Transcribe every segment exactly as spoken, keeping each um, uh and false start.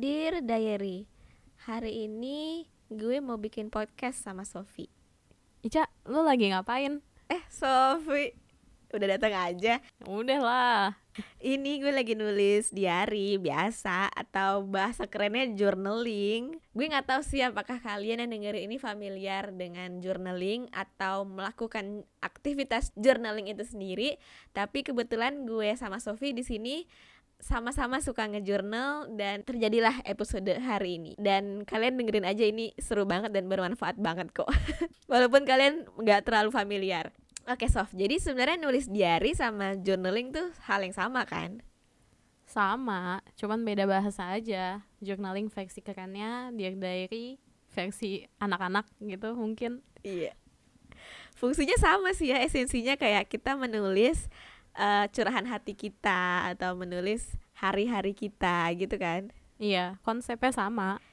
Dear Diary, hari ini gue mau bikin podcast sama Sofi. Ica, lu lagi ngapain? Eh Sofi, udah datang aja. Udah lah. Ini gue lagi nulis diary biasa atau bahasa kerennya journaling. Gue nggak tahu sih apakah kalian yang denger ini familiar dengan journaling atau melakukan aktivitas journaling itu sendiri. Tapi kebetulan gue sama Sofi di sini sama-sama suka nge-journal dan terjadilah episode hari ini. Dan kalian dengerin aja, ini seru banget dan bermanfaat banget kok. Walaupun kalian nggak terlalu familiar. Oke Sof, jadi sebenarnya nulis diary sama journaling tuh hal yang sama kan? Sama, cuman beda bahasa aja. Journaling versi kerennya, Dear Diary versi anak-anak gitu mungkin. Iya. Fungsinya sama sih ya, esensinya kayak kita menulis uh, curahan hati kita atau menulis hari-hari kita gitu kan? Iya, konsepnya sama.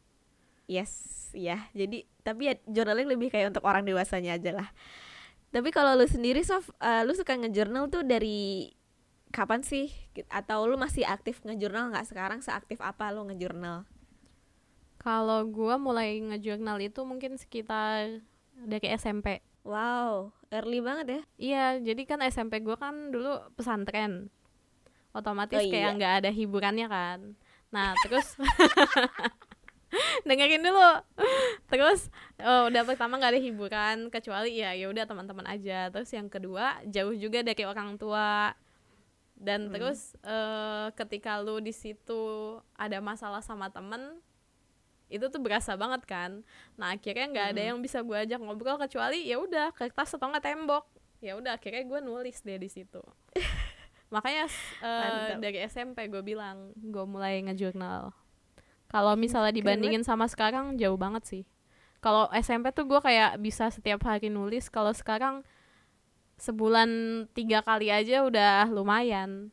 Yes, ya. Jadi tapi ya journaling lebih kayak untuk orang dewasanya aja lah. Tapi kalau lu sendiri Sof, uh, lu suka nge-journal tuh dari kapan sih? Atau lu masih aktif nge-journal nggak sekarang? Seaktif apa lu nge-journal? Kalau gue mulai nge-journal itu mungkin sekitar dari S M P. Wow, early banget ya? Iya, jadi kan S M P gue kan dulu pesantren. Otomatis Oh, kayak iya. nggak ada hiburannya kan. Nah terus dengerin dulu. Terus oh, udah pertama nggak ada hiburan kecuali ya ya udah teman-teman aja. Terus yang kedua jauh juga dari orang tua. Dan Hmm. terus uh, ketika lu di situ ada masalah sama temen, itu tuh berasa banget kan. Nah akhirnya nggak ada Hmm. yang bisa gue ajak ngobrol kecuali ya udah kertas atau nggak tembok. Ya udah akhirnya gue nulis deh di situ. Makanya uh, dari S M P gue bilang gue mulai nge-journal. Kalau misalnya dibandingin sama sekarang jauh banget sih. Kalau S M P tuh gue kayak bisa setiap hari nulis. Kalau sekarang sebulan tiga kali aja udah lumayan.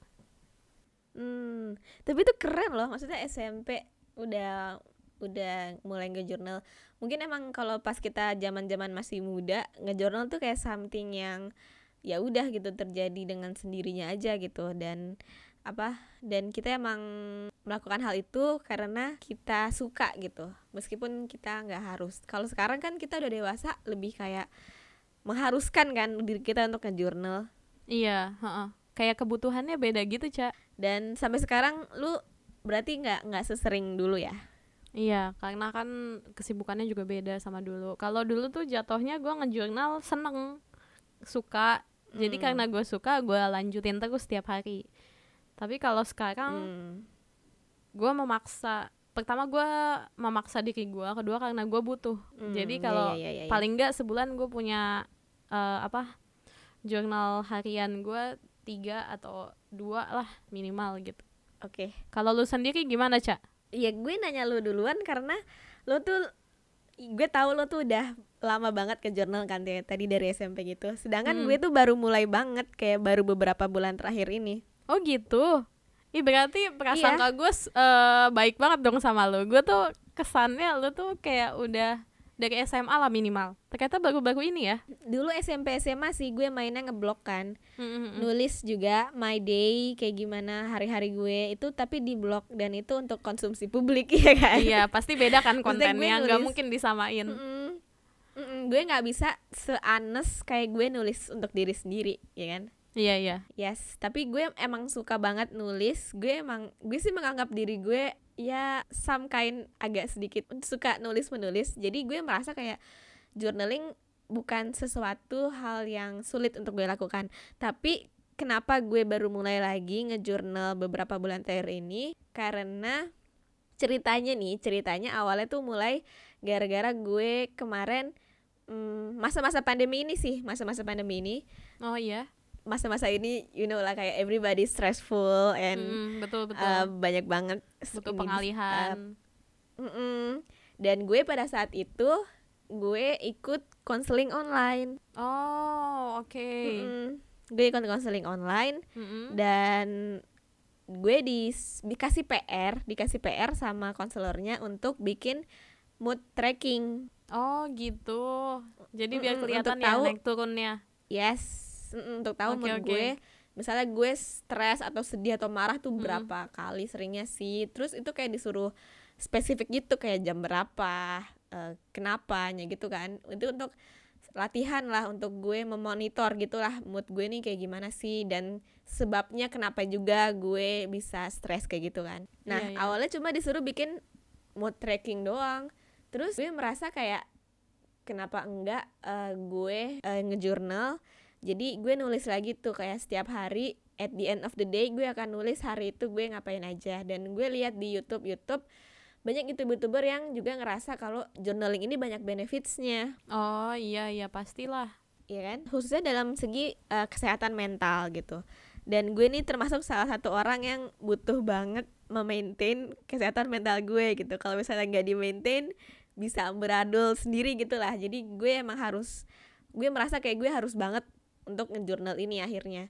Hmm, tapi itu keren loh. Maksudnya S M P udah udah mulai nge-journal. Mungkin emang kalau pas kita zaman-zaman masih muda, nge-journal tuh kayak something yang ya udah gitu terjadi dengan sendirinya aja gitu. Dan apa dan kita emang melakukan hal itu karena kita suka gitu, meskipun kita nggak harus. Kalau sekarang kan kita udah dewasa, lebih kayak mengharuskan kan diri kita untuk nge-journal. Iya, uh-uh. Kayak kebutuhannya beda gitu, Ca. Dan sampai sekarang lu berarti nggak nggak sesering dulu ya? Iya, karena kan kesibukannya juga beda sama dulu. Kalau dulu tuh jatuhnya gue nge-journal seneng, suka. Jadi hmm. karena gue suka, gue lanjutin terus setiap hari. Tapi kalau sekarang hmm. gue memaksa. Pertama gue memaksa diri gue, kedua karena gue butuh. Hmm, Jadi kalau iya, iya, iya, iya. paling nggak sebulan gue punya uh, apa jurnal harian gue tiga atau dua lah minimal gitu. Oke. Okay. Kalau lu sendiri gimana, Ca? Iya, gue nanya lu duluan karena lu tuh, gue tahu lu tuh udah lama banget ke jurnal kan tadi dari S M P gitu. Sedangkan hmm. gue tuh baru mulai banget, kayak baru beberapa bulan terakhir ini. Oh gitu. Ih berarti prasangka iya. gue uh, baik banget dong sama lo. Gue tuh kesannya lo tuh kayak udah dari S M A lah minimal. Ternyata baru-baru ini ya. Dulu S M P S M A sih gue mainnya ngeblog kan. Mm-hmm. Nulis juga my day kayak gimana hari-hari gue itu, tapi di blog, dan itu untuk konsumsi publik ya kan. Iya pasti beda kan kontennya, nggak mungkin disamain. Mm-mm. Mm-mm. Gue nggak bisa seanes kayak gue nulis untuk diri sendiri ya kan. Iya iya. Yes, tapi gue emang suka banget nulis. Gue emang gue sih menganggap diri gue ya some kind agak sedikit suka nulis-menulis. Jadi gue merasa kayak journaling bukan sesuatu hal yang sulit untuk gue lakukan. Tapi kenapa gue baru mulai lagi nge-journal beberapa bulan terakhir ini? Karena ceritanya nih, ceritanya awalnya tuh mulai gara-gara gue kemarin hmm, masa-masa pandemi ini sih, masa-masa pandemi ini. Oh iya. Masa-masa ini you know lah kayak everybody stressful and mm, betul betul uh, banyak banget butuh pengalihan. Uh, dan gue pada saat itu gue ikut konseling online. Oh oke. Okay. Gue ikut konseling online. Mm-hmm. Dan gue di, dikasih P R dikasih P R sama konselornya untuk bikin mood tracking. Oh gitu. Jadi biar kelihatan ya naik turunnya. Yes. Mm-mm, untuk tahu okay, mood okay. gue misalnya gue stres atau sedih atau marah tuh Hmm. berapa kali seringnya sih. Terus itu kayak disuruh spesifik gitu, kayak jam berapa, uh, kenapanya gitu kan. Itu untuk latihan lah, untuk gue memonitor gitulah mood gue nih kayak gimana sih, dan sebabnya kenapa juga gue bisa stres kayak gitu kan. Nah Iya, iya. awalnya cuma disuruh bikin mood tracking doang. Terus gue merasa kayak kenapa enggak uh, gue uh, ngejurnal. Jadi gue nulis lagi tuh kayak setiap hari, at the end of the day gue akan nulis hari itu gue ngapain aja. Dan gue lihat di YouTube YouTube banyak youtuber-youtuber yang juga ngerasa kalau journaling ini banyak benefitsnya. Oh iya iya pastilah. Iya kan, khususnya dalam segi uh, kesehatan mental gitu. Dan gue nih termasuk salah satu orang yang butuh banget memaintain kesehatan mental gue gitu. Kalau misalnya nggak di maintain bisa amburadul sendiri gitulah. Jadi gue emang harus, gue merasa kayak gue harus banget untuk ngejurnal ini akhirnya.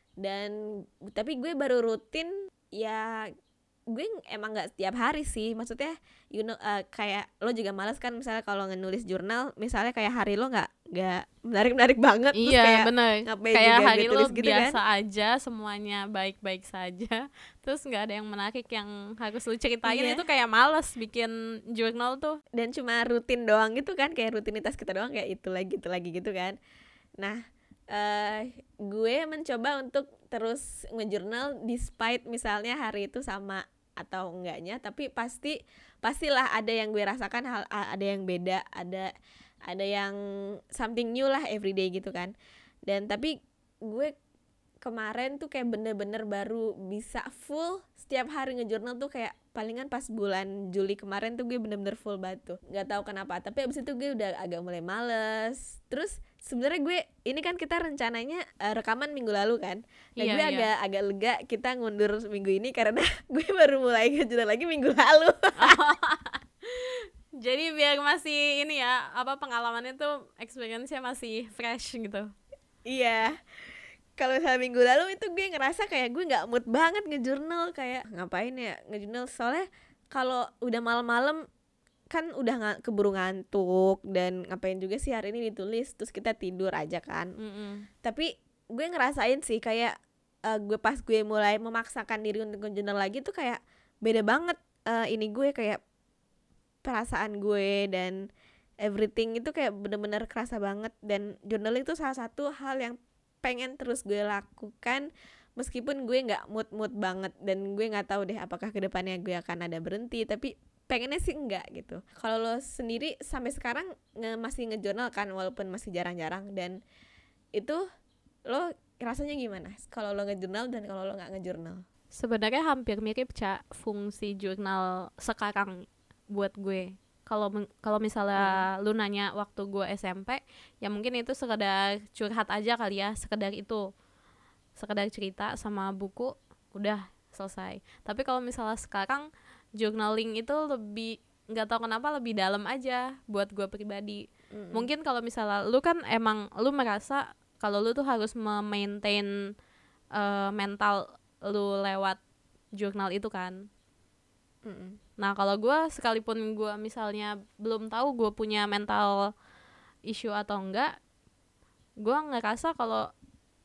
Dan tapi gue baru rutin ya, gue emang nggak setiap hari sih, maksudnya you know, uh, kayak lo juga malas kan misalnya kalau ngenulis jurnal, misalnya kayak hari lo nggak nggak menarik-menarik banget. Iya terus kayak bener, ngapain kayak juga hari gue lo tulis gitu biasa kan. aja, semuanya baik-baik saja, terus nggak ada yang menarik yang harus lo ceritain. Iya. Itu kayak males bikin jurnal tuh. Dan cuma rutin doang gitu kan, kayak rutinitas kita doang, kayak itu lagi itu lagi gitu kan. Nah uh, gue mencoba untuk terus ngejurnal despite misalnya hari itu sama atau enggaknya, tapi pasti pastilah ada yang gue rasakan, hal ada yang beda, ada ada yang something new lah everyday gitu kan. Dan tapi gue kemarin tuh kayak bener-bener baru bisa full setiap hari ngejurnal tuh kayak palingan pas bulan Juli kemarin tuh gue bener-bener full banget tuh, nggak tahu kenapa. Tapi abis itu gue udah agak mulai males. Terus sebenarnya gue ini kan kita rencananya uh, rekaman minggu lalu kan. Nah Iya, gue iya. agak agak lega kita ngundur minggu ini karena gue baru mulai ngejurnal lagi minggu lalu. Jadi biar masih ini ya, apa pengalamannya tuh, experience-nya masih fresh gitu. Iya. Kalau misalnya minggu lalu itu gue ngerasa kayak gue nggak mood banget ngejurnal, kayak ngapain ya ngejurnal, soalnya kalau udah malam-malam kan udah ng- keburu ngantuk, dan ngapain juga sih hari ini ditulis, terus kita tidur aja kan. Mm-mm. Tapi gue ngerasain sih kayak uh, gue pas gue mulai memaksakan diri untuk ngejurnal lagi tuh kayak beda banget, uh, ini gue kayak perasaan gue dan everything itu kayak bener-bener kerasa banget. Dan journaling itu salah satu hal yang pengen terus gue lakukan meskipun gue nggak mood-mood banget, dan gue nggak tahu deh apakah kedepannya gue akan ada berhenti, tapi pengennya sih enggak gitu. Kalau lo sendiri sampai sekarang nge- masih ngejurnal kan, walaupun masih jarang-jarang, dan itu lo rasanya gimana kalau lo ngejurnal dan kalau lo nggak ngejurnal? Sebenarnya hampir mirip, Ca, fungsi jurnal sekarang buat gue. Kalau kalau misalnya hmm. lu nanya waktu gue S M P, ya mungkin itu sekedar curhat aja kali ya, sekedar itu, sekedar cerita sama buku, udah selesai. Tapi kalau misalnya sekarang journaling itu lebih, nggak tahu kenapa lebih dalam aja buat gue pribadi. Hmm. Mungkin kalau misalnya lu kan emang lu merasa kalau lu tuh harus memaintain uh, mental lu lewat jurnal itu kan. Mm-mm. Nah kalau gue, sekalipun gue misalnya belum tahu gue punya mental issue atau enggak, gue ngerasa kalau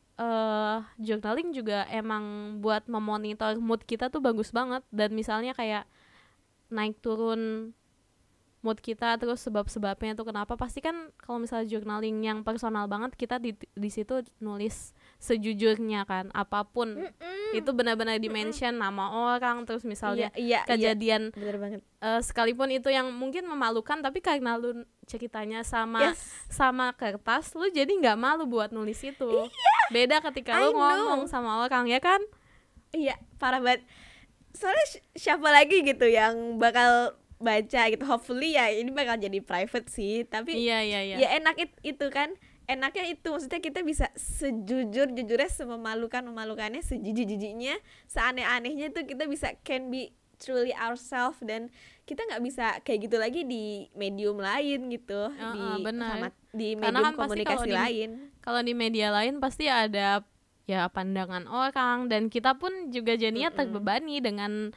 uh, journaling juga emang buat memonitor mood kita tuh bagus banget. Dan misalnya kayak naik turun mood kita, terus sebab-sebabnya tuh kenapa, pasti kan kalau misalnya journaling yang personal banget, kita di di situ nulis sejujurnya kan, apapun. Mm-mm. Itu benar-benar di-mention nama orang, terus misalnya iya, iya, kejadian iya, bener banget. Uh, sekalipun itu yang mungkin memalukan, tapi karena lu ceritanya sama yes. sama kertas, lu jadi nggak malu buat nulis itu. Iya, beda ketika lu ngomong sama orang, ya kan? Iya, parah banget. Soalnya siapa lagi gitu yang bakal baca gitu, hopefully ya ini bakal jadi private sih, tapi iya, iya, iya. ya enak it, itu kan enaknya itu, maksudnya kita bisa sejujur-jujurnya, sememalukan-memalukannya, sejijik-jijiknya, seaneh-anehnya tuh kita bisa can be truly ourselves, dan kita nggak bisa kayak gitu lagi di medium lain gitu. uh, di uh, sama di Karena medium kan komunikasi kalau lain. Kalau di media lain pasti ada ya pandangan orang, dan kita pun juga jadinya Mm-mm. terbebani dengan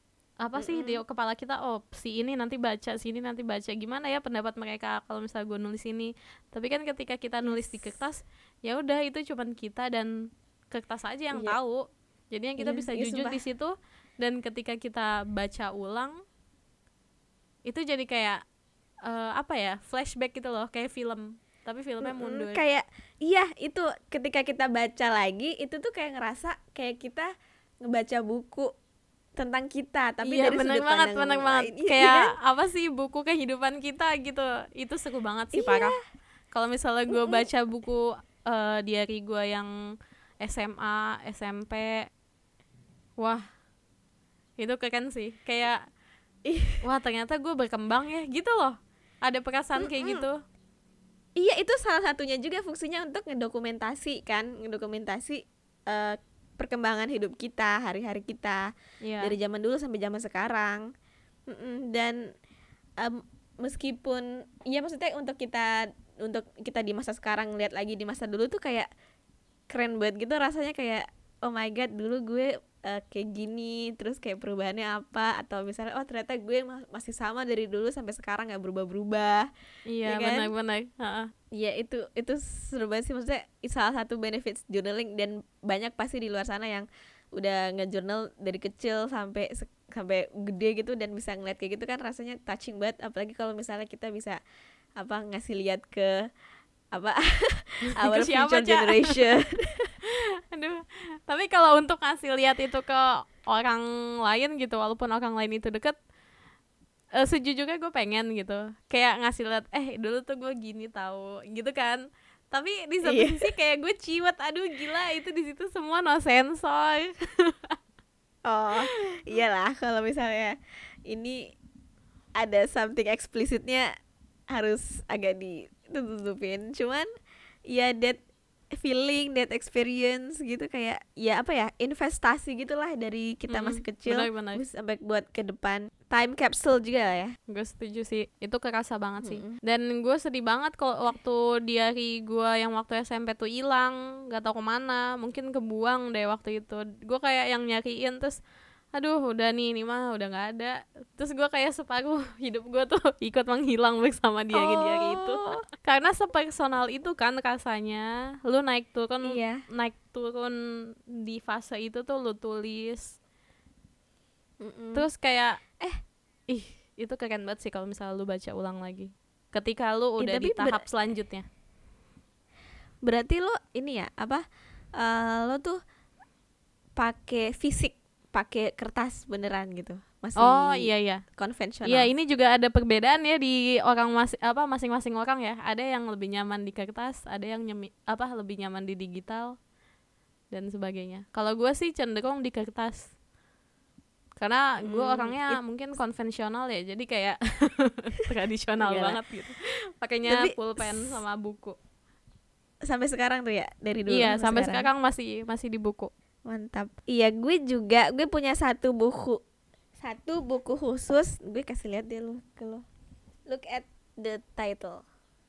apa sih di kepala kita, oh si ini nanti baca, si ini nanti baca, gimana ya pendapat mereka kalau misalnya gue nulis ini. Tapi kan ketika kita nulis yes. di kertas, ya udah itu cuman kita, dan kertas aja yang Iya. tahu. Jadinya kita Iya, bisa iya, jujur sumpah. di situ, dan ketika kita baca ulang itu jadi kayak uh, apa ya, flashback gitu loh, kayak film tapi filmnya Mm-mm, mundur. kayak iya itu ketika kita baca lagi itu tuh kayak ngerasa kayak kita ngebaca buku tentang kita tapi iya, dari bener sudut banget, pandang bener banget. lain. Iya, Kayak kan? apa sih buku kehidupan kita gitu. Itu seru banget sih, Iya. parah. Kalau misalnya gue Mm-mm. baca buku uh, diary gue yang S M A, S M P, wah itu keren sih. Kayak Ih. wah ternyata gue berkembang ya gitu loh. Ada perasaan kayak Mm-mm. gitu. Iya, itu salah satunya juga fungsinya untuk ngedokumentasi kan, ngedokumentasi uh, perkembangan hidup kita, hari-hari kita. Iya. Dari zaman dulu sampai zaman sekarang. Mm-mm. Dan um, meskipun ya maksudnya untuk kita untuk kita di masa sekarang lihat lagi di masa dulu tuh kayak keren banget gitu rasanya, kayak oh my god dulu gue uh, kayak gini, terus kayak perubahannya apa, atau misalnya oh ternyata gue ma- masih sama dari dulu sampai sekarang nggak berubah-berubah. Iya, Ya kan? benar-benar. Heeh. Ya itu itu seru banget sih, maksudnya salah satu benefits journaling, dan banyak pasti di luar sana yang udah nge-journal dari kecil sampai se- sampai gede gitu dan bisa ngeliat kayak gitu kan, rasanya touching banget, apalagi kalau misalnya kita bisa apa ngasih lihat ke apa our Ke siapa, future Ca? generation. Aduh, tapi kalau untuk ngasih lihat itu ke orang lain gitu, walaupun orang lain itu deket, uh, sejujurnya gue pengen gitu, kayak ngasih lihat, eh dulu tuh gue gini tahu, gitu kan. Tapi di satu Iya. sisi kayak gue ciwet, aduh gila itu di situ semua no sensor. Oh iyalah, kalau misalnya ini ada something explicitnya harus agak ditutupin, cuman ya that feeling, that experience gitu, kayak ya apa ya, investasi gitulah dari kita Mm-mm, masih kecil benar-benar. bisa sampai buat ke depan, time capsule juga lah ya. Gue setuju sih, itu kerasa banget sih. Mm-mm. Dan gue sedih banget kalau waktu diary gue yang waktu S M P tuh hilang, nggak tahu kemana, mungkin kebuang deh waktu itu. Gue kayak yang nyariin, terus aduh udah nih ini mah udah nggak ada. Terus gue kayak separuh hidup gue tuh ikut menghilang bersama diary-diary itu. Oh. Karena sepersonal itu kan rasanya, lu naik turun Iya. naik turun di fase itu tuh lu tulis. Mm-mm. Terus kayak eh ih itu keren banget sih kalau misalnya lu baca ulang lagi ketika lu Eh, udah tapi di tahap ber- selanjutnya. berarti lo ini ya apa eh, lo tuh pakai fisik, pakai kertas beneran gitu, masih Oh iya iya. konvensional. Iya, ini juga ada perbedaan ya di orang mas apa masing-masing orang ya. Ada yang lebih nyaman di kertas, ada yang nyemi, apa lebih nyaman di digital dan sebagainya. Kalau gue sih cenderung di kertas. Karena gue Hmm, orangnya it- mungkin konvensional ya, jadi kayak tradisional Iyalah. banget gitu. Pakainya Tapi pulpen sama buku. sampai sekarang tuh ya, dari dulu Iya, sampai sekarang masih masih di buku. Mantap. Iya, gue juga, gue punya satu buku, satu buku khusus. Gue kasih lihat deh lu ke lo. Look at the title.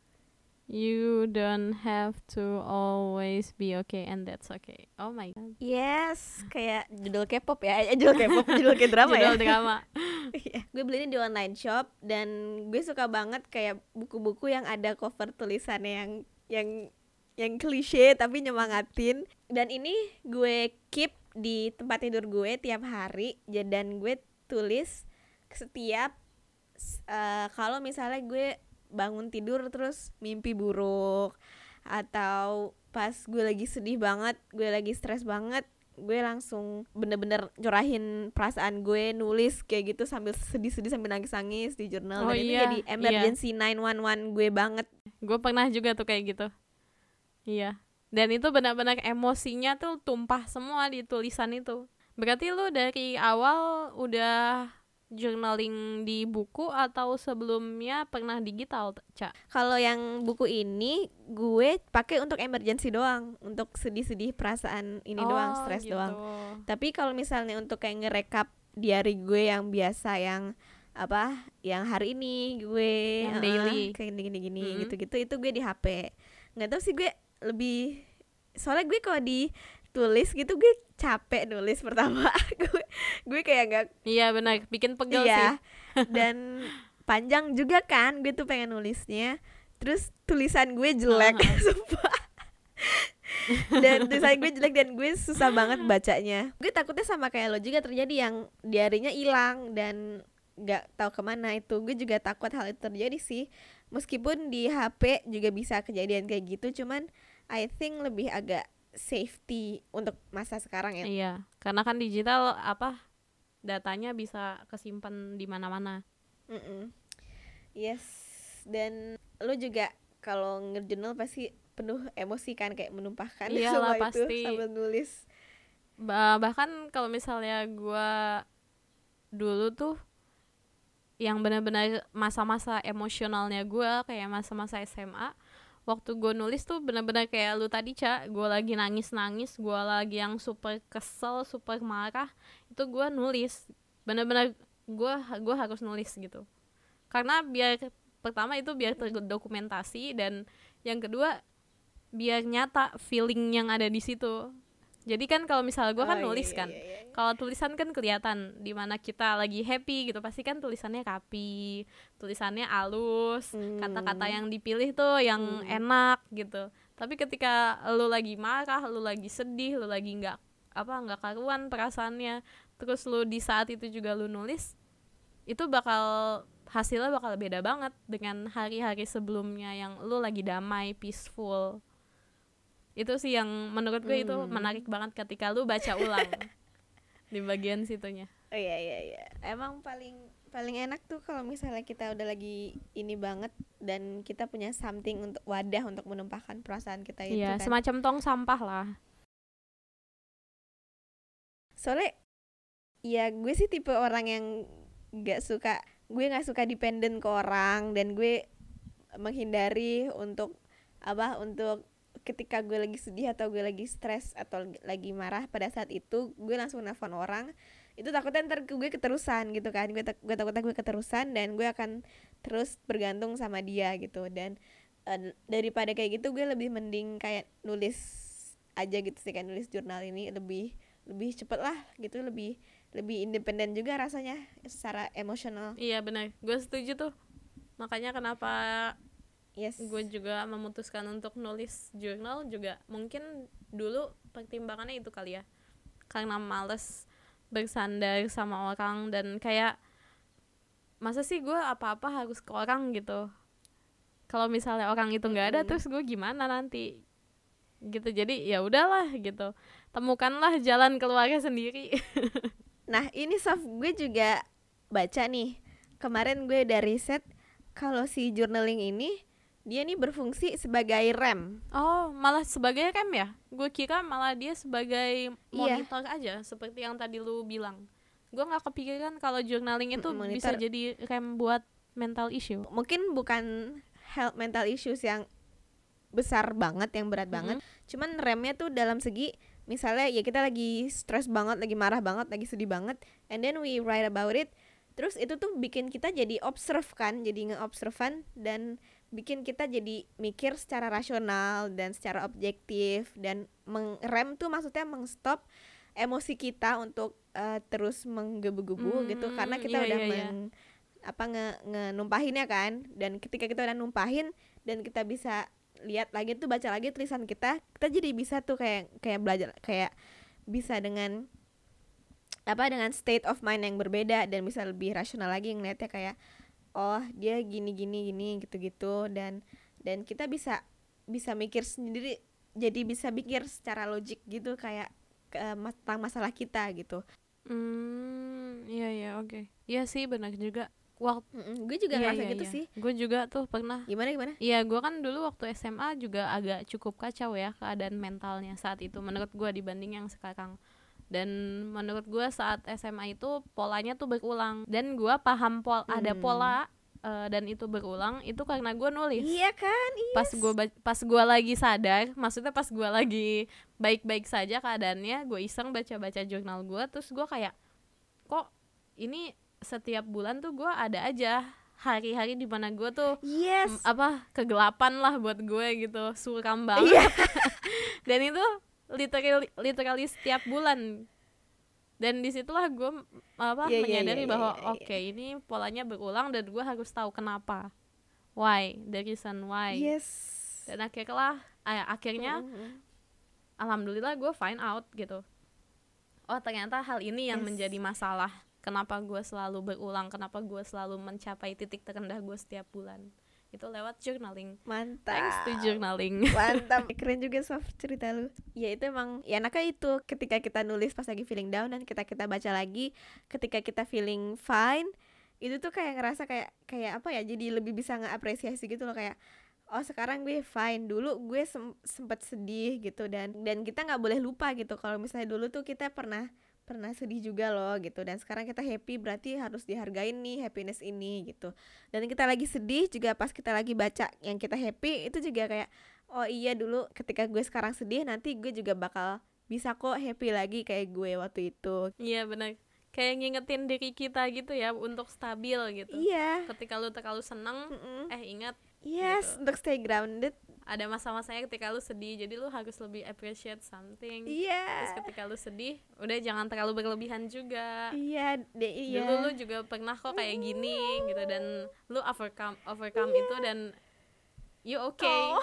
You don't have to always be okay and that's okay. Oh my god. Yes, kayak judul K-pop ya, eh, judul K-pop, judul K-drama ya. Judul drama. Iya, gue beli ini di online shop dan gue suka banget kayak buku-buku yang ada cover tulisannya yang yang yang klise tapi nyemangatin. Dan ini gue keep di tempat tidur gue tiap hari, ja- dan gue tulis setiap uh, kalau misalnya gue bangun tidur terus mimpi buruk, atau pas gue lagi sedih banget, gue lagi stres banget, gue langsung bener-bener curahin perasaan gue, nulis kayak gitu sambil sedih-sedih sambil nangis-nangis di jurnal. Oh Dan itu iya, jadi emergency nine one one gue banget. Gue pernah juga tuh kayak gitu. Iya. Dan itu benar-benar emosinya tuh tumpah semua di tulisan itu. Berarti lu dari awal udah journaling di buku atau sebelumnya pernah digital, Ca? Kalau yang buku ini gue pakai untuk emergency doang, untuk sedih-sedih perasaan ini doang, stres gitu. doang. Tapi kalau misalnya untuk kayak ngerekap diary gue yang biasa, yang apa, yang hari ini gue Yang uh, daily. kayak gini-gini Mm-hmm. gitu-gitu, itu gue di H P. Nggak tahu sih, gue lebih, soalnya gue kalau ditulis gitu gue capek nulis pertama. gue gue kayak nggak. Iya benar, bikin pegel Iya. sih. Dan panjang juga kan, gue tuh pengen nulisnya, terus tulisan gue jelek. Uh-huh. Sumpah. dan tulisan gue jelek dan gue susah banget bacanya. Gue takutnya sama kayak lo juga terjadi yang diarinya hilang dan nggak tahu kemana. Itu gue juga takut hal itu terjadi sih. Meskipun di H P juga bisa kejadian kayak gitu, cuman I think lebih agak safety untuk masa sekarang ya. Iya, karena kan digital apa datanya bisa kesimpan di mana-mana. Mm-mm. Yes, dan lo juga kalau nge-journal pasti penuh emosi kan, kayak menumpahkan Iyalah, semua pasti. itu sambil nulis. Bah- bahkan kalau misalnya gue dulu tuh yang benar-benar masa-masa emosionalnya gue kayak masa-masa S M A, waktu gue nulis tuh benar-benar kayak lu tadi, Ca, gue lagi nangis-nangis, gue lagi yang super kesel, super marah, itu gue nulis, benar-benar gue gue harus nulis gitu, karena biar pertama itu biar terdokumentasi, dan yang kedua biar nyata feeling yang ada di situ. Jadi kan kalau misalnya gue kan Oh, nulis iya, kan, iya, iya. kalau tulisan kan kelihatan di mana kita lagi happy gitu, pasti kan tulisannya rapi, tulisannya halus, Hmm. kata-kata yang dipilih tuh yang Hmm. enak gitu. Tapi ketika lu lagi marah, lu lagi sedih, lu lagi nggak apa nggak karuan perasaannya, terus lu di saat itu juga lu nulis, itu bakal hasilnya bakal beda banget dengan hari-hari sebelumnya yang lu lagi damai, peaceful. Itu sih yang menurut gue itu Hmm. menarik banget ketika lu baca ulang di bagian situnya. Oh iya iya iya. Emang paling paling enak tuh kalau misalnya kita udah lagi ini banget dan kita punya something untuk wadah untuk menumpahkan perasaan kita itu Iya, kan. semacam tong sampah lah. Soalnya ya gue sih tipe orang yang gak suka, gue gak suka dependen ke orang, dan gue menghindari untuk apa untuk ketika gue lagi sedih atau gue lagi stres atau lagi marah, pada saat itu gue langsung nelfon orang. Itu takutnya ntar gue keterusan gitu kan, gue, tak, gue takutnya gue keterusan dan gue akan terus bergantung sama dia gitu. Dan uh, daripada kayak gitu gue lebih mending kayak nulis aja gitu sih, kayak nulis jurnal ini lebih lebih cepet lah gitu, lebih lebih independen juga rasanya secara emosional. Iya benar, gue setuju tuh. Makanya kenapa yes, gue juga memutuskan untuk nulis jurnal juga, mungkin dulu pertimbangannya itu kali ya, karena males bersandar sama orang dan kayak masa sih gue apa-apa harus ke orang gitu, kalau misalnya orang itu nggak ada, mm-hmm. terus gue gimana nanti gitu. Jadi ya udahlah gitu, temukanlah jalan keluarnya sendiri. Nah ini Sof, gue juga baca nih kemarin, gue udah riset kalau si journaling ini dia nih berfungsi sebagai rem. Oh, malah sebagai rem ya? Gue kira malah dia sebagai monitor iya. aja, seperti yang tadi lu bilang. Gue nggak kepikiran kalau journaling itu monitor. Bisa jadi rem buat mental issue. Mungkin bukan health mental issues yang besar banget, yang berat mm-hmm. banget. Cuman remnya tuh dalam segi, misalnya ya kita lagi stres banget, lagi marah banget, lagi sedih banget, and then we write about it. Terus itu tuh bikin kita jadi observe kan, jadi nge-observan, dan bikin kita jadi mikir secara rasional dan secara objektif, dan mengrem tuh maksudnya mengstop emosi kita untuk uh, terus menggebu-gebu hmm, gitu, karena kita yeah, udah yeah, meng, yeah. apa nge, nge-numpahinnya kan. Dan ketika kita udah numpahin dan kita bisa lihat lagi tuh, baca lagi tulisan kita, kita jadi bisa tuh kayak kayak belajar, kayak bisa dengan apa dengan state of mind yang berbeda, dan bisa lebih rasional lagi ngeliatnya, kayak oh dia gini gini gini gitu-gitu, dan dan kita bisa bisa mikir sendiri, jadi bisa mikir secara logik gitu, kayak uh, tentang masalah kita gitu. Hmm, iya iya oke. Okay. Iya sih benar juga. Waktu gue juga iya, ngerasa iya, gitu iya. sih. Gue juga tuh pernah. Gimana gimana? Iya, gue kan dulu waktu S M A juga agak cukup kacau ya keadaan mentalnya saat itu, menurut gue dibanding yang sekarang. Dan menurut gue saat S M A itu polanya tuh berulang, dan gue paham pol hmm. ada pola uh, dan itu berulang itu karena gue nulis. Iya kan? Yes. Pas gue pas gue lagi sadar, maksudnya pas gue lagi baik-baik saja keadaannya, gue iseng baca-baca jurnal gue, terus gue kayak kok ini setiap bulan tuh gue ada aja hari-hari di mana gue tuh yes. m- apa kegelapan lah buat gue gitu, suram banget. Yeah. Dan itu literally literally setiap bulan. Dan disitulah gue apa yeah, menyadari yeah, yeah, bahwa yeah, yeah. oke okay, ini polanya berulang dan gue harus tahu kenapa, why, the reason why. Yes. Dan akhirnya eh, akhirnya mm-hmm. alhamdulillah gue find out gitu, oh ternyata hal ini yang yes. menjadi masalah, kenapa gue selalu berulang, kenapa gue selalu mencapai titik terendah gue setiap bulan, itu lewat journaling. Mantap. Thanks to journaling. Mantap. Keren juga Sof cerita lu. Ya itu emang ya enaknya itu, ketika kita nulis pas lagi feeling down dan kita kita baca lagi ketika kita feeling fine, itu tuh kayak ngerasa kayak kayak apa ya, jadi lebih bisa ngeapresiasi gitu loh, kayak oh sekarang gue fine, dulu gue sem- sempet sedih gitu, dan dan kita nggak boleh lupa gitu kalau misalnya dulu tuh kita pernah pernah sedih juga loh gitu, dan sekarang kita happy, berarti harus dihargain nih happiness ini gitu. Dan kita lagi sedih juga, pas kita lagi baca yang kita happy itu juga kayak oh iya, dulu ketika gue sekarang sedih, nanti gue juga bakal bisa kok happy lagi kayak gue waktu itu. Iya benar, kayak ngingetin diri kita gitu ya untuk stabil gitu. Iya, ketika lu terlalu seneng, Mm-mm. eh ingat yes gitu. Untuk stay grounded. Ada masa-masanya ketika lu sedih, jadi lu harus lebih appreciate something. Iya. Yeah. Terus ketika lu sedih, udah jangan terlalu berlebihan juga. Iya, yeah, iya. Dulu lu juga pernah kok kayak gini gitu, dan lu overcome overcome yeah. itu, dan you okay. Oh.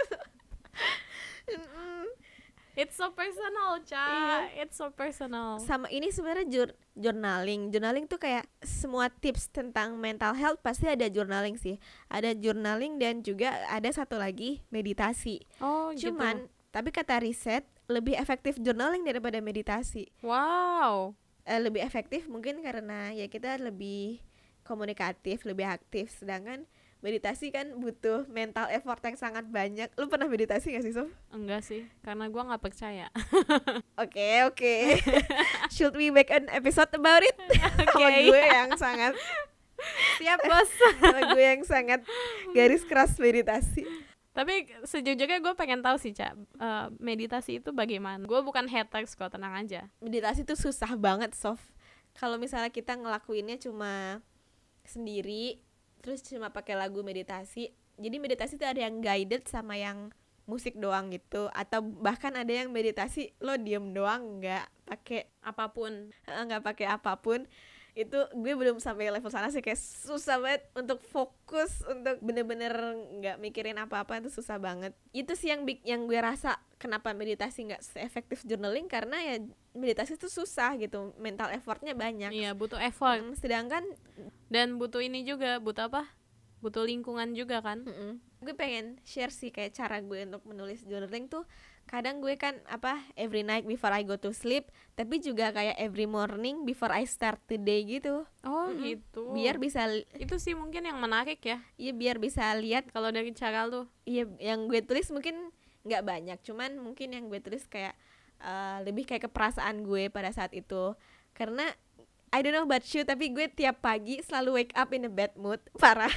It's so personal, Ca. Iya. It's so personal. Sama ini sebenarnya jur- journaling. Journaling tuh kayak semua tips tentang mental health pasti ada journaling sih. Ada journaling dan juga ada satu lagi meditasi. Oh, Cuman, gitu. tapi kata riset lebih efektif journaling daripada meditasi. Wow. Eh, lebih efektif mungkin karena ya kita lebih komunikatif, lebih aktif. Sedangkan meditasi kan butuh mental effort yang sangat banyak. Lu pernah meditasi gak sih, Sof? Enggak sih, karena gue gak percaya. Oke, oke. Should we make an episode about it? Okay. Sama gue yang sangat siap, bos. Sama gue yang sangat garis keras meditasi. Tapi sejujurnya gue pengen tahu sih, Ca, uh, meditasi itu bagaimana? Gue bukan haters kok, tenang aja. Meditasi itu susah banget, Sof. Kalau misalnya kita ngelakuinnya cuma sendiri, terus cuma pakai lagu meditasi. Jadi meditasi itu ada yang guided sama yang musik doang gitu, atau bahkan ada yang meditasi lo diem doang, nggak pakai apapun, nggak pakai apapun. Itu gue belum sampai level sana sih, kayak susah banget untuk fokus, untuk bener-bener nggak mikirin apa-apa, itu susah banget. Itu sih yang yang gue rasa kenapa meditasi nggak se-efektif journaling, karena ya meditasi itu susah gitu, mental effortnya banyak. Iya, butuh effort. Hmm, sedangkan dan butuh ini juga, butuh apa? Butuh lingkungan juga kan. Mm-mm. Gue pengen share sih kayak cara gue untuk menulis journaling tuh. Kadang gue kan apa every night before I go to sleep, tapi juga kayak every morning before I start the day gitu. Oh, mm-hmm. gitu. Biar bisa li- itu sih mungkin yang menarik ya. Iya, biar bisa lihat kalau dari cara lu. Iya, yang gue tulis mungkin nggak banyak, cuman mungkin yang gue tulis kayak uh, lebih kayak keperasaan gue pada saat itu. Karena I don't know about you, tapi gue tiap pagi selalu wake up in a bad mood, parah.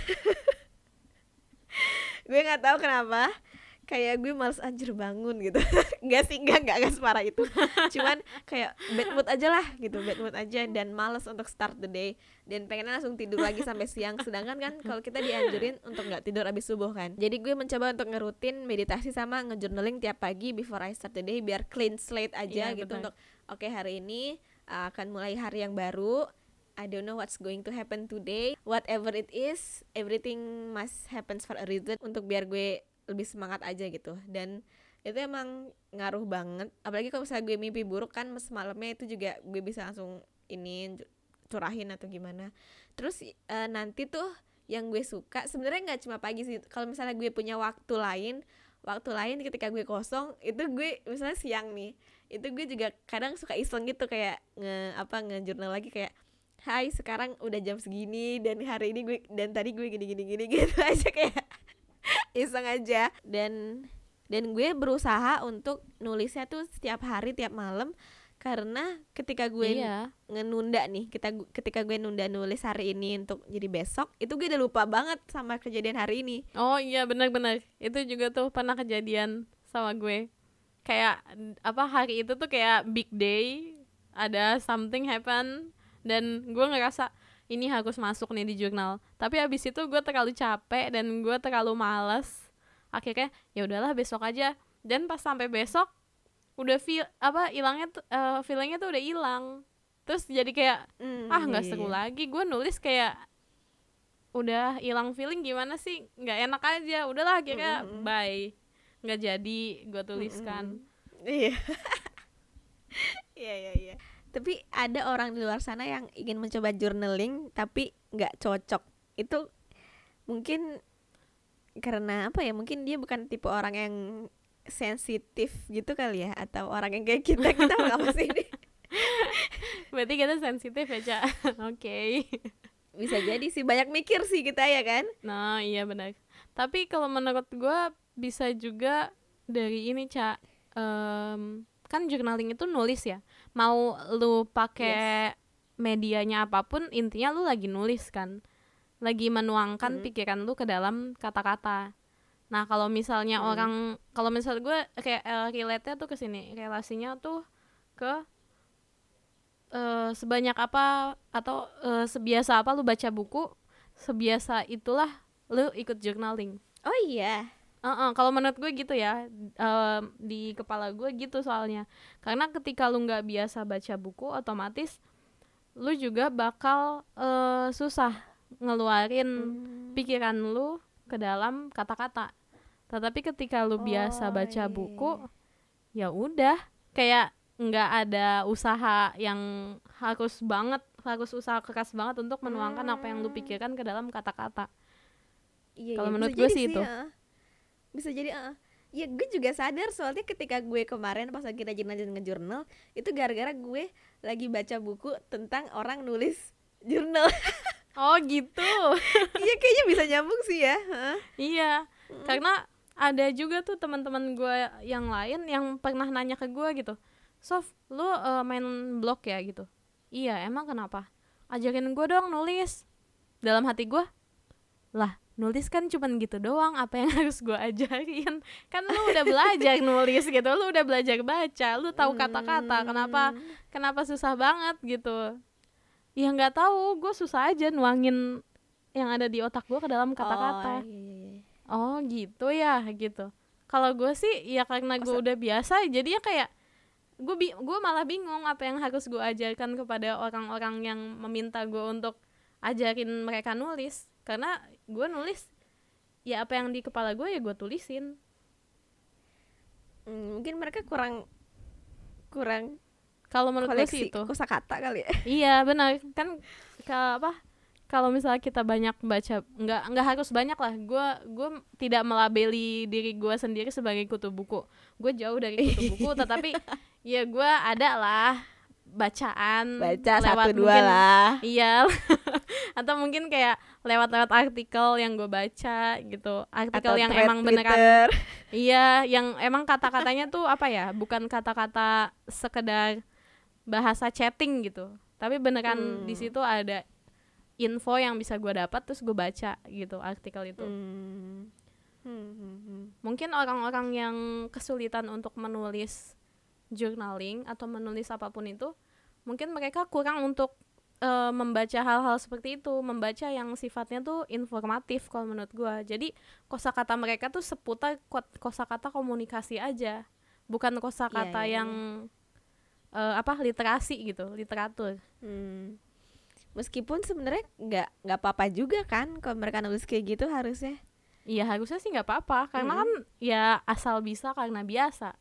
Gue nggak tahu kenapa, kayak gue males anjir bangun gitu. Nggak sih, nggak nggak nggak separah itu. Cuman kayak bad mood aja lah gitu, bad mood aja, dan males untuk start the day, dan pengennya langsung tidur lagi sampai siang. Sedangkan kan kalau kita dianjurin untuk nggak tidur abis subuh kan. Jadi gue mencoba untuk ngerutin meditasi sama ngejournaling tiap pagi before I start the day, biar clean slate aja. Iya, gitu, betul. Untuk oke okay, hari ini uh, akan mulai hari yang baru. I don't know what's going to happen today. Whatever it is, everything must happen for a reason, untuk biar gue lebih semangat aja gitu. Dan itu emang ngaruh banget. Apalagi kalau misalnya gue mimpi buruk kan semalamnya, itu juga gue bisa langsung ini curahin atau gimana. Terus uh, nanti tuh yang gue suka sebenarnya nggak cuma pagi sih. Kalau misalnya gue punya waktu lain, waktu lain ketika gue kosong, itu gue misalnya siang nih, itu gue juga kadang suka iseng gitu, kayak nge apa nge-journal lagi kayak, hai sekarang udah jam segini dan hari ini gue dan tadi gue gini-gini gini gitu aja, kayak iseng aja. Dan dan gue berusaha untuk nulisnya tuh setiap hari, tiap malam, karena ketika gue iya. ngenunda nih, kita ketika gue nunda nulis hari ini untuk jadi besok, itu gue udah lupa banget sama kejadian hari ini. Oh iya, benar-benar itu juga tuh pernah kejadian sama gue. Kayak apa, hari itu tuh kayak big day, ada something happen, dan gue ngerasa ini harus masuk nih di jurnal. Tapi abis itu gue terlalu capek dan gue terlalu malas. Akhirnya ya udahlah besok aja. Dan pas sampai besok udah feel apa hilangnya tuh uh, feelingnya tuh udah hilang. Terus jadi kayak mm, ah nggak iya, seru iya. lagi. Gue nulis kayak udah hilang feeling, gimana sih? Nggak enak aja. Udahlah akhirnya mm-hmm. bye. Nggak jadi gue tuliskan. Mm-hmm. Iya. Iya iya iya. Tapi ada orang di luar sana yang ingin mencoba journaling tapi nggak cocok. Itu mungkin karena apa ya? Mungkin dia bukan tipe orang yang sensitif gitu kali ya, atau orang yang kayak kita kita apa sih ini? Berarti kita sensitif ya, Ca. Oke. Okay. Bisa jadi sih, banyak mikir sih kita ya kan. Nah iya benar. Tapi kalau menurut gue bisa juga dari ini, Ca. Um, kan journaling itu nulis ya. Mau lu pakai yes. medianya apapun, intinya lu lagi nulis kan. Lagi menuangkan mm-hmm. pikiran lu ke dalam kata-kata. Nah kalau misalnya mm-hmm. orang, kalau misal gue kayak uh, relate-nya tuh ke sini, relasinya tuh ke Uh, sebanyak apa atau uh, sebiasa apa lu baca buku, sebiasa itulah lu ikut journaling. Oh iya. Uh-uh, kalau menurut gue gitu ya, uh, di kepala gue gitu soalnya. Karena ketika lu nggak biasa baca buku, otomatis lu juga bakal uh, susah ngeluarin hmm. pikiran lu ke dalam kata-kata. Tetapi ketika lu oh, biasa baca iya. buku, ya udah kayak nggak ada usaha yang harus banget, harus usaha keras banget untuk menuangkan hmm. apa yang lu pikirkan ke dalam kata-kata. Iya, kalau iya, menurut gue sih itu. Ya. Bisa jadi, uh. ya gue juga sadar soalnya ketika gue kemarin pas lagi rajin-rajin nge-journal, itu gara-gara gue lagi baca buku tentang orang nulis jurnal. Oh gitu. Iya kayaknya bisa nyambung sih ya. Huh? Iya, hmm. karena ada juga tuh teman-teman gue yang lain yang pernah nanya ke gue gitu. Sof, lu uh, main blog ya gitu? Iya, emang kenapa? Ajakin gue dong nulis. Dalam hati gue, lah nulis kan cuman gitu doang, apa yang harus gue ajarin? Kan lu udah belajar nulis gitu, lu udah belajar baca, lu tahu kata-kata, kenapa kenapa susah banget gitu? Ya nggak tahu, gue susah aja nuangin yang ada di otak gue ke dalam kata-kata. Oh, iya. Oh gitu ya, gitu. Kalau gue sih, ya karena gue udah biasa, jadinya kayak gue bi- gue malah bingung apa yang harus gue ajarkan kepada orang-orang yang meminta gue untuk ajarin mereka nulis, karena gue nulis ya apa yang di kepala gue ya gue tulisin. hmm, mungkin mereka kurang kurang kalau menurut gue sih itu kosakata kali ya. Iya benar kan, ke apa kalau misalnya kita banyak baca, nggak nggak harus banyak lah, gue gue tidak melabeli diri gue sendiri sebagai kutu buku, gue jauh dari kutu buku, tetapi ya gue ada lah bacaan, baca lewat satu dua mungkin, lah iya atau mungkin kayak lewat-lewat artikel yang gue baca gitu, artikel atau yang emang Twitter. beneran iya, yang emang kata-katanya tuh apa ya, bukan kata-kata sekedar bahasa chatting gitu, tapi beneran hmm. di situ ada info yang bisa gue dapat, terus gue baca gitu artikel itu. Hmm. Hmm, hmm, hmm. Mungkin orang-orang yang kesulitan untuk menulis journaling atau menulis apapun itu, mungkin mereka kurang untuk uh, membaca hal-hal seperti itu, membaca yang sifatnya tuh informatif kalau menurut gue. Jadi kosakata mereka tuh seputar kosakata komunikasi aja, bukan kosakata yeah, yeah, yang yeah. Uh, apa literasi gitu, literatur. Hmm. Meskipun sebenarnya nggak nggak apa-apa juga kan kalau mereka nulis kayak gitu harusnya. Iya harusnya sih nggak apa-apa, karena mm-hmm. kan ya asal bisa karena biasa.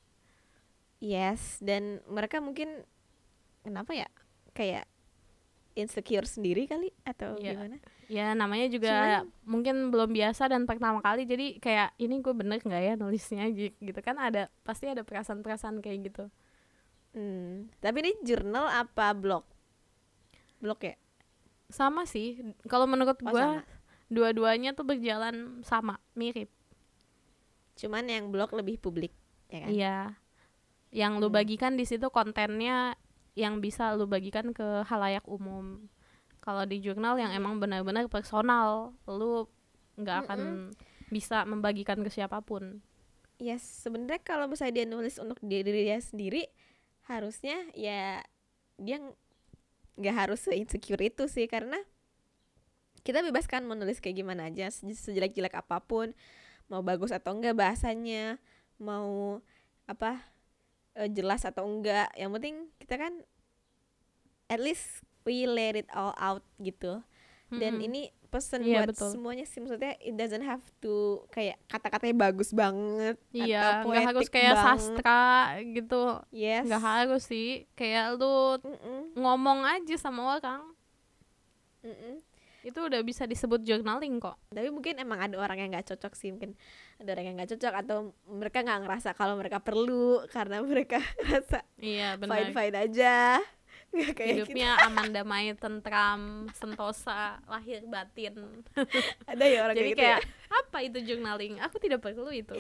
Yes, dan mereka mungkin kenapa ya kayak insecure sendiri kali atau ya, gimana? Ya namanya juga cuman, mungkin belum biasa dan pertama kali, jadi kayak ini gue bener nggak ya nulisnya gitu kan, ada pasti ada perasaan-perasaan kayak gitu. Hmm, tapi ini jurnal apa blog? Blog ya? Sama sih, kalau menurut oh, gue dua-duanya tuh berjalan sama, mirip. Cuman yang blog lebih publik, ya kan? Iya, yang hmm. lu bagikan di situ kontennya yang bisa lu bagikan ke halayak umum. Kalau di jurnal yang emang benar-benar personal, lu nggak akan Mm-mm. bisa membagikan ke siapapun. Yes, sebenarnya kalau misalnya dia nulis untuk diri dia sendiri, harusnya ya dia nggak harus se-insecure itu sih, karena kita bebas kan menulis kayak gimana aja, sejelek-jelek apapun, mau bagus atau enggak bahasanya, mau apa e, jelas atau enggak, yang penting kita kan at least we let it all out gitu. Dan Mm-mm. ini pesen Iya, buat betul. semuanya sih, maksudnya it doesn't have to kayak kata-katanya bagus banget Iya, atau nggak harus poetik kayak banget. sastra gitu, Yes. nggak harus sih. Kayak lu Mm-mm. ngomong aja sama orang, Mm-mm. itu udah bisa disebut journaling kok. Tapi mungkin emang ada orang yang nggak cocok sih, mungkin ada orang yang nggak cocok atau mereka nggak ngerasa kalau mereka perlu karena mereka rasa Iya, benar. fine fine aja, nggak kayak Hidupnya aman, damai, tentram, sentosa, lahir batin. kita. Ada ya orang Jadi kayak gitu kayak ya? apa itu journaling? Aku tidak perlu itu.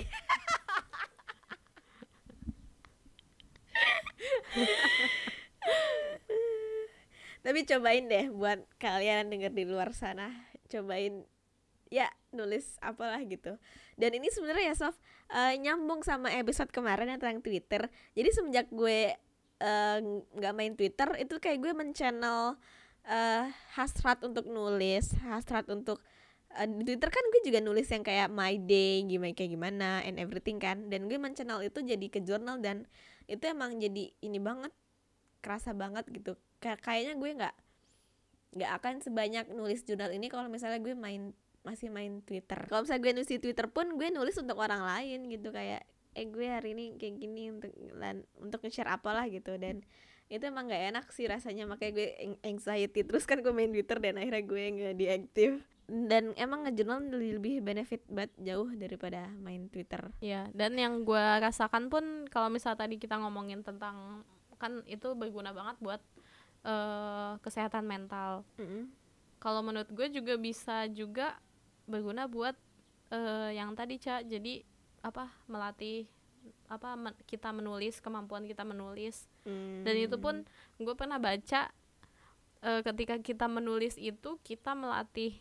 Tapi cobain deh buat kalian denger di luar sana, cobain ya nulis apalah gitu. Dan ini sebenarnya ya Sof, uh, nyambung sama episode kemarin yang tentang Twitter. Jadi semenjak gue nggak uh, main Twitter, itu kayak gue men-channel uh, hasrat untuk nulis, hasrat untuk uh, di Twitter kan gue juga nulis yang kayak my day gimana kayak gimana and everything kan. Dan gue men-channel itu jadi ke jurnal, dan itu emang jadi ini banget, kerasa banget gitu. Kayak kayaknya gue nggak nggak akan sebanyak nulis jurnal ini kalau misalnya gue main masih main Twitter. Kalau misalnya gue nulis di Twitter pun gue nulis untuk orang lain gitu, kayak eh gue hari ini kayak gini untuk lan, untuk nge-share apalah gitu. Dan itu emang nggak enak sih rasanya, makanya gue anxiety terus kan gue main Twitter dan akhirnya gue nggak diaktif. Dan emang ngejurnal lebih benefit banget jauh daripada main Twitter. Iya, dan yang gue rasakan pun kalau misal tadi kita ngomongin tentang, kan itu berguna banget buat uh, kesehatan mental. Mm-hmm. Kalau menurut gue juga bisa juga berguna buat uh, yang tadi Ca, jadi apa melatih apa men- kita menulis, kemampuan kita menulis. Mm. Dan itu pun gue pernah baca uh, ketika kita menulis itu kita melatih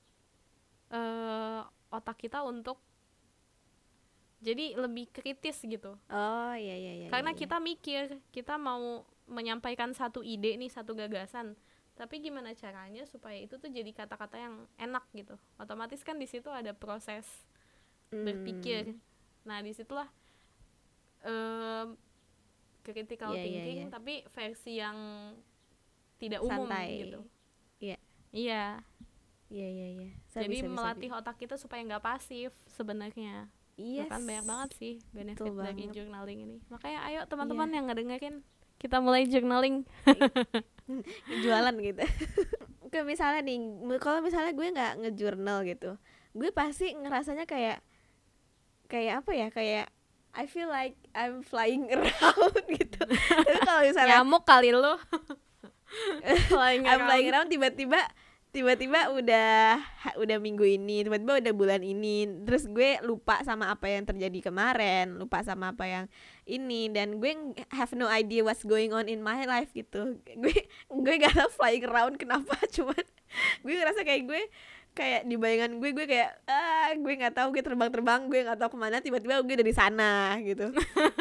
uh, otak kita untuk jadi lebih kritis gitu. Oh iya iya iya. Karena iya. kita mikir, kita mau menyampaikan satu ide nih, satu gagasan, tapi gimana caranya supaya itu tuh jadi kata-kata yang enak gitu. Otomatis kan di situ ada proses hmm. berpikir. Nah disitulah um, critical yeah, thinking, yeah, yeah. tapi versi yang tidak umum santai gitu. Iya. Iya. Iya iya iya. Jadi bisa, melatih bisa. otak kita supaya nggak pasif sebenarnya. Yes. Kan banyak banget sih benefit Betul dari banget. journaling ini. Makanya ayo teman-teman yeah. yang ngedengerin, kita mulai journaling. Jualan gitu. Kayak misalnya nih, kalau misalnya gue nggak ngejurnal gitu, gue pasti ngerasanya kayak kayak apa ya, kayak I feel like I'm flying around gitu. Tapi kalau misalnya nyamuk kali lo. flying I'm flying around, tiba-tiba tiba-tiba udah udah minggu ini, tiba-tiba udah bulan ini, terus gue lupa sama apa yang terjadi kemarin, lupa sama apa yang ini, dan gue have no idea what's going on in my life gitu. Gue gue gak tau flying around kenapa, cuman gue ngerasa kayak gue kayak di bayangan gue gue kayak ah gue nggak tahu, gue terbang-terbang, gue nggak tahu kemana, tiba-tiba gue udah di sana gitu.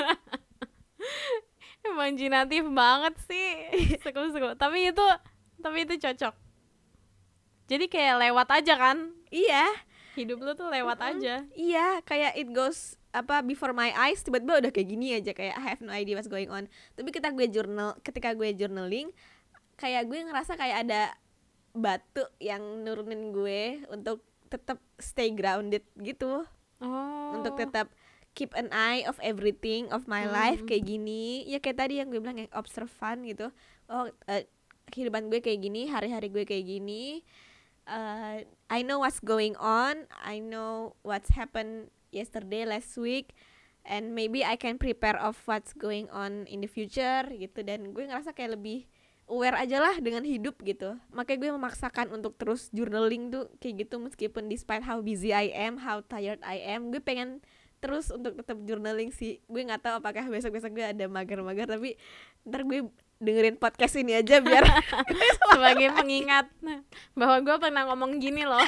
Imajinatif banget sih. Seru-seru. Tapi itu tapi itu cocok. Jadi kayak lewat aja kan? Iya. Hidup lu tuh lewat mm-hmm. aja. Iya, kayak it goes apa before my eyes, tiba-tiba udah kayak gini aja, kayak I have no idea what's going on. Tapi ketika gue journal, ketika gue journaling, kayak gue ngerasa kayak ada batu yang nurunin gue untuk tetap stay grounded gitu. Oh. Untuk tetap keep an eye of everything of my mm. life kayak gini. Ya kayak tadi yang gue bilang, yang observan gitu. Oh, uh, kehidupan gue kayak gini, hari-hari gue kayak gini. Uh, I know what's going on, I know what's happened yesterday, last week, and maybe I can prepare of what's going on in the future gitu. Dan gue ngerasa kayak lebih aware aja lah dengan hidup gitu. Makanya gue memaksakan untuk terus journaling tuh kayak gitu, meskipun despite how busy I am, how tired I am, gue pengen terus untuk tetap journaling sih. Gue nggak tahu apakah besok-besok gue ada mager-mager, tapi ntar gue dengerin podcast ini aja biar sebagai pengingat bahwa gue pernah ngomong gini loh.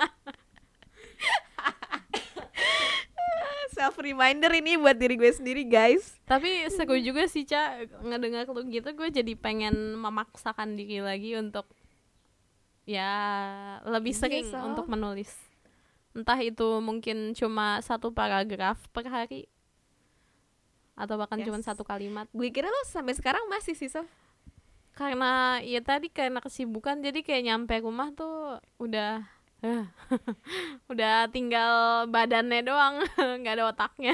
Self reminder ini buat diri gue sendiri guys. Tapi seru juga sih Ca, ngedengar lu gitu, gue jadi pengen memaksakan diri lagi untuk ya lebih sering yes, so. untuk menulis. Entah itu mungkin cuma satu paragraf per hari, atau bahkan yes. cuma satu kalimat. Gue kira lo sampai sekarang masih sih Sof. Karena ya tadi karena kesibukan jadi kayak nyampe rumah tuh udah uh, udah tinggal badannya doang, nggak ada otaknya.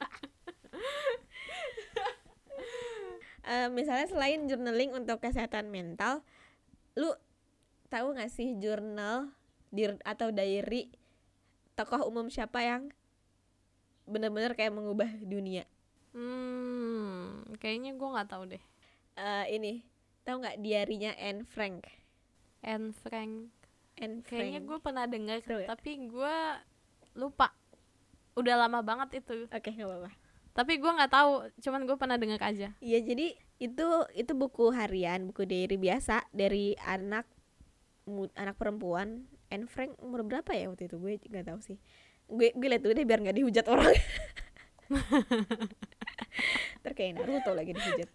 uh, misalnya selain journaling untuk kesehatan mental, lu tahu nggak sih jurnal dir atau diary tokoh umum siapa yang benar-benar kayak mengubah dunia? Hmm, kayaknya gue nggak tahu deh. Uh, ini tahu nggak diarinya Anne Frank? Anne Frank. Anne Frank. Kayaknya gue pernah dengar, tapi gue lupa. Udah lama banget itu. Oke, okay, nggak apa-apa. Tapi gue nggak tahu, cuman gue pernah dengar aja. Iya, jadi itu itu buku harian, buku diary biasa dari anak anak perempuan. Anne Frank umur berapa ya waktu itu? Gue nggak tahu sih. Gue gue liat dulu deh biar nggak dihujat orang. Ntar kayak Naruto lagi dihujat.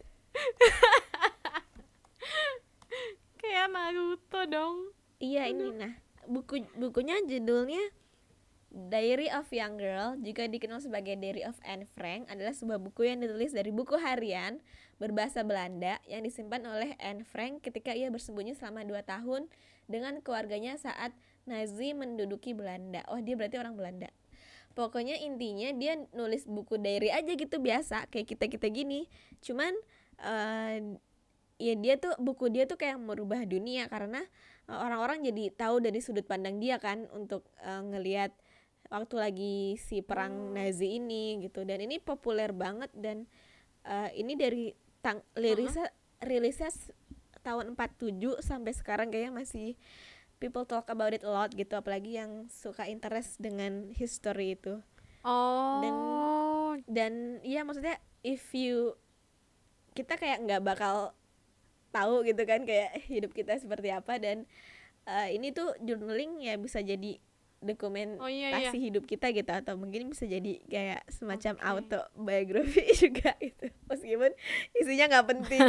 Kayak Naruto dong. Iya, ini nah buku bukunya judulnya Diary of Young Girl, juga dikenal sebagai Diary of Anne Frank, adalah sebuah buku yang ditulis dari buku harian berbahasa Belanda yang disimpan oleh Anne Frank ketika ia bersembunyi selama dua tahun dengan keluarganya saat Nazi menduduki Belanda. Oh, dia berarti orang Belanda. Pokoknya intinya dia nulis buku diary aja gitu biasa kayak kita-kita gini. Cuman uh, ya dia tuh buku dia tuh kayak merubah dunia karena uh, orang-orang jadi tahu dari sudut pandang dia kan untuk uh, ngelihat waktu lagi si perang Nazi ini gitu. Dan ini populer banget dan uh, ini dari tang- rilisnya rilisnya tahun empat puluh tujuh sampai sekarang kayaknya masih people talk about it a lot gitu, apalagi yang suka interest dengan history itu. Oh. Dan dan ya maksudnya if you kita kayak nggak bakal tahu gitu kan kayak hidup kita seperti apa, dan uh, ini tuh journaling ya bisa jadi dokumentasi oh, iya, iya. hidup kita gitu, atau mungkin bisa jadi kayak semacam okay. autobiografi juga gitu, meskipun isinya nggak penting.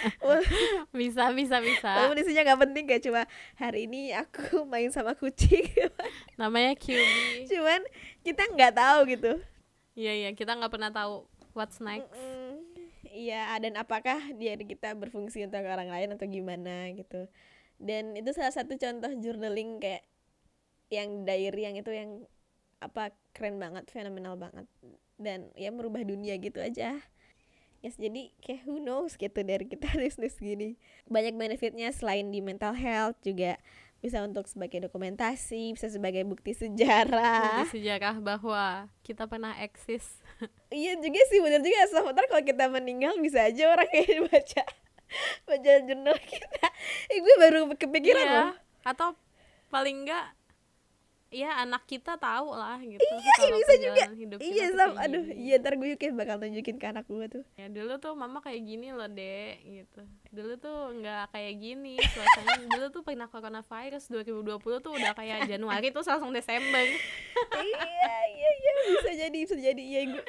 bisa bisa bisa walaupun isinya nggak penting, kayak cuma hari ini aku main sama kucing namanya Q B, cuman kita nggak tahu gitu. Iya iya, kita nggak pernah tahu what's next. Iya, dan apakah diary kita berfungsi untuk orang lain atau gimana gitu. Dan itu salah satu contoh journaling kayak yang diary yang itu yang apa keren banget, fenomenal banget, dan ya merubah dunia gitu aja. Yes, jadi kayak who knows gitu dari kita nulis-nulis gini. Banyak benefitnya selain di mental health, juga bisa untuk sebagai dokumentasi, bisa sebagai bukti sejarah. Bukti sejarah bahwa kita pernah eksis. Iya juga sih, benar juga. Sebentar kalau kita meninggal bisa aja orang kayak baca baca jurnal kita. Eh gue baru kepikiran iya. loh. Atau paling enggak ya anak kita tahu lah gitu. Iya, bisa juga. Iya, sama, aduh, gini. iya ntar gue kayak bakal tunjukin ke anak gue tuh. Ya dulu tuh mama kayak gini loh, Dek, gitu. Dulu tuh nggak kayak gini suasananya. Dulu tuh pernah coronavirus dua ribu dua puluh tuh udah kayak Januari tuh langsung Desember. Iya, iya, iya, bisa jadi, bisa jadi iya gue.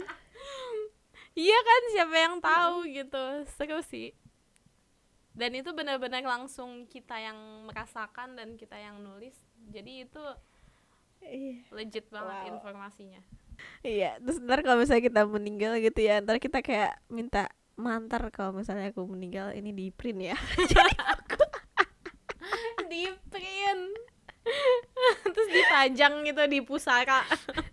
Iya kan, siapa yang tahu gitu. Seru sih. Dan itu benar-benar langsung kita yang merasakan dan kita yang nulis. Jadi itu iya. legit banget wow. informasinya. Iya, terus ntar kalau misalnya kita meninggal gitu ya, ntar kita kayak minta mantar kalau misalnya aku meninggal ini di print ya. Di print. Terus dipajang gitu di pusaka.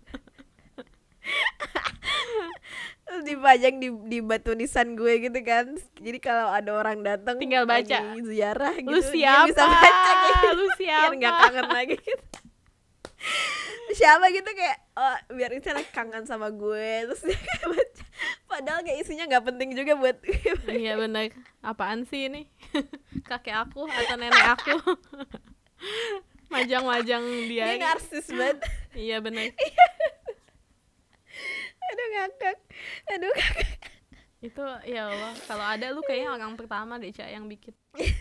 Terus dipajang di di batu nisan gue gitu kan. Jadi kalau ada orang datang tinggal baca ziarah gitu, lu siapa? dia bisa baca gitu. Lu siapa? Biar nggak kangen lagi gitu. Siapa gitu kayak oh, biar misalnya kangen sama gue, terus dia kayak baca. Padahal kayak isinya nggak penting juga buat gue. Iya benar. Apaan sih ini? Kakek aku atau nenek aku? Majang-majang dia. Dia narsis banget. Iya benar. Aduh ngakak. Aduh ngakak. Itu ya Allah, kalau ada lu kayaknya orang pertama deh Cak yang bikin.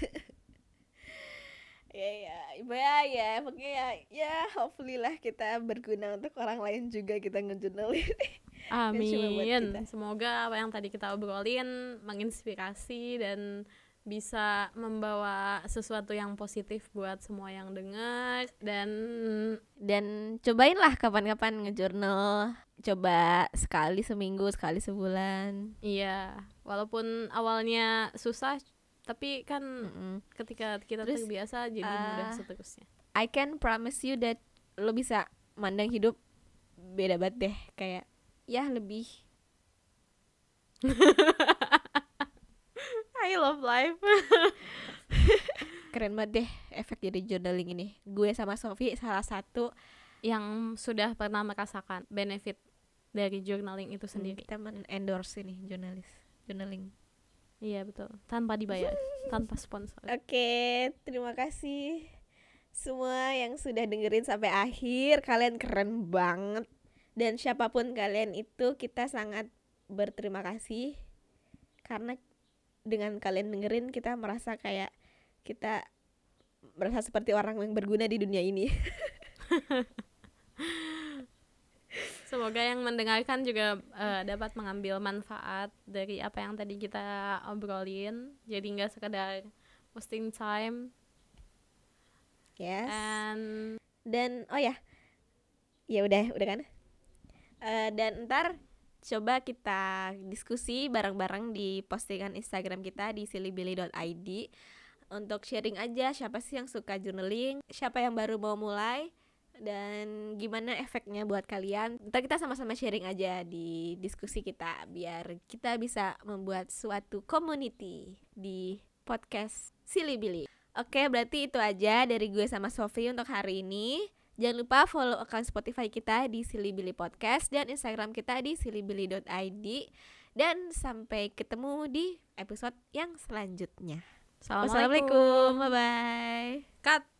ya ya ya ya pokoknya ya ya hopefully lah kita berguna untuk orang lain juga, kita ngejurnalin. Amin. Semoga apa yang tadi kita obrolin menginspirasi dan bisa membawa sesuatu yang positif buat semua yang dengar. Dan dan cobainlah kapan-kapan ngejurnal, coba sekali seminggu, sekali sebulan. Iya, walaupun awalnya susah tapi kan Mm-mm. ketika kita Terus, terbiasa jadi uh, mudah seterusnya. I can promise you that lo bisa mandang hidup beda banget deh, kayak ya lebih I love life. keren banget deh efek jadi journaling ini. Gue sama Sofi salah satu yang sudah pernah merasakan benefit dari journaling itu sendiri. Kita men-endorse ini jurnalis journaling. Iya betul, tanpa dibayar, tanpa sponsor. Oke, terima kasih semua yang sudah dengerin sampai akhir. Kalian keren banget. Dan siapapun kalian itu, kita sangat berterima kasih karena dengan kalian dengerin kita merasa kayak kita merasa seperti orang yang berguna di dunia ini. Semoga yang mendengarkan juga uh, dapat mengambil manfaat dari apa yang tadi kita obrolin. Jadi nggak sekedar wasting time. Yes. And dan oh ya, ya udah, udah kan. Uh, dan ntar coba kita diskusi bareng-bareng di postingan Instagram kita di sillybilly dot i d untuk sharing aja siapa sih yang suka journaling, siapa yang baru mau mulai, dan gimana efeknya buat kalian. Ntar kita sama-sama sharing aja di diskusi kita biar kita bisa membuat suatu community di podcast Silly Billy. Oke, berarti itu aja dari gue sama Sofi untuk hari ini. Jangan lupa follow account Spotify kita di Silly Billy Podcast dan Instagram kita di sillybilly dot i d. Dan sampai ketemu di episode yang selanjutnya. Assalamualaikum. Bye bye. Cut.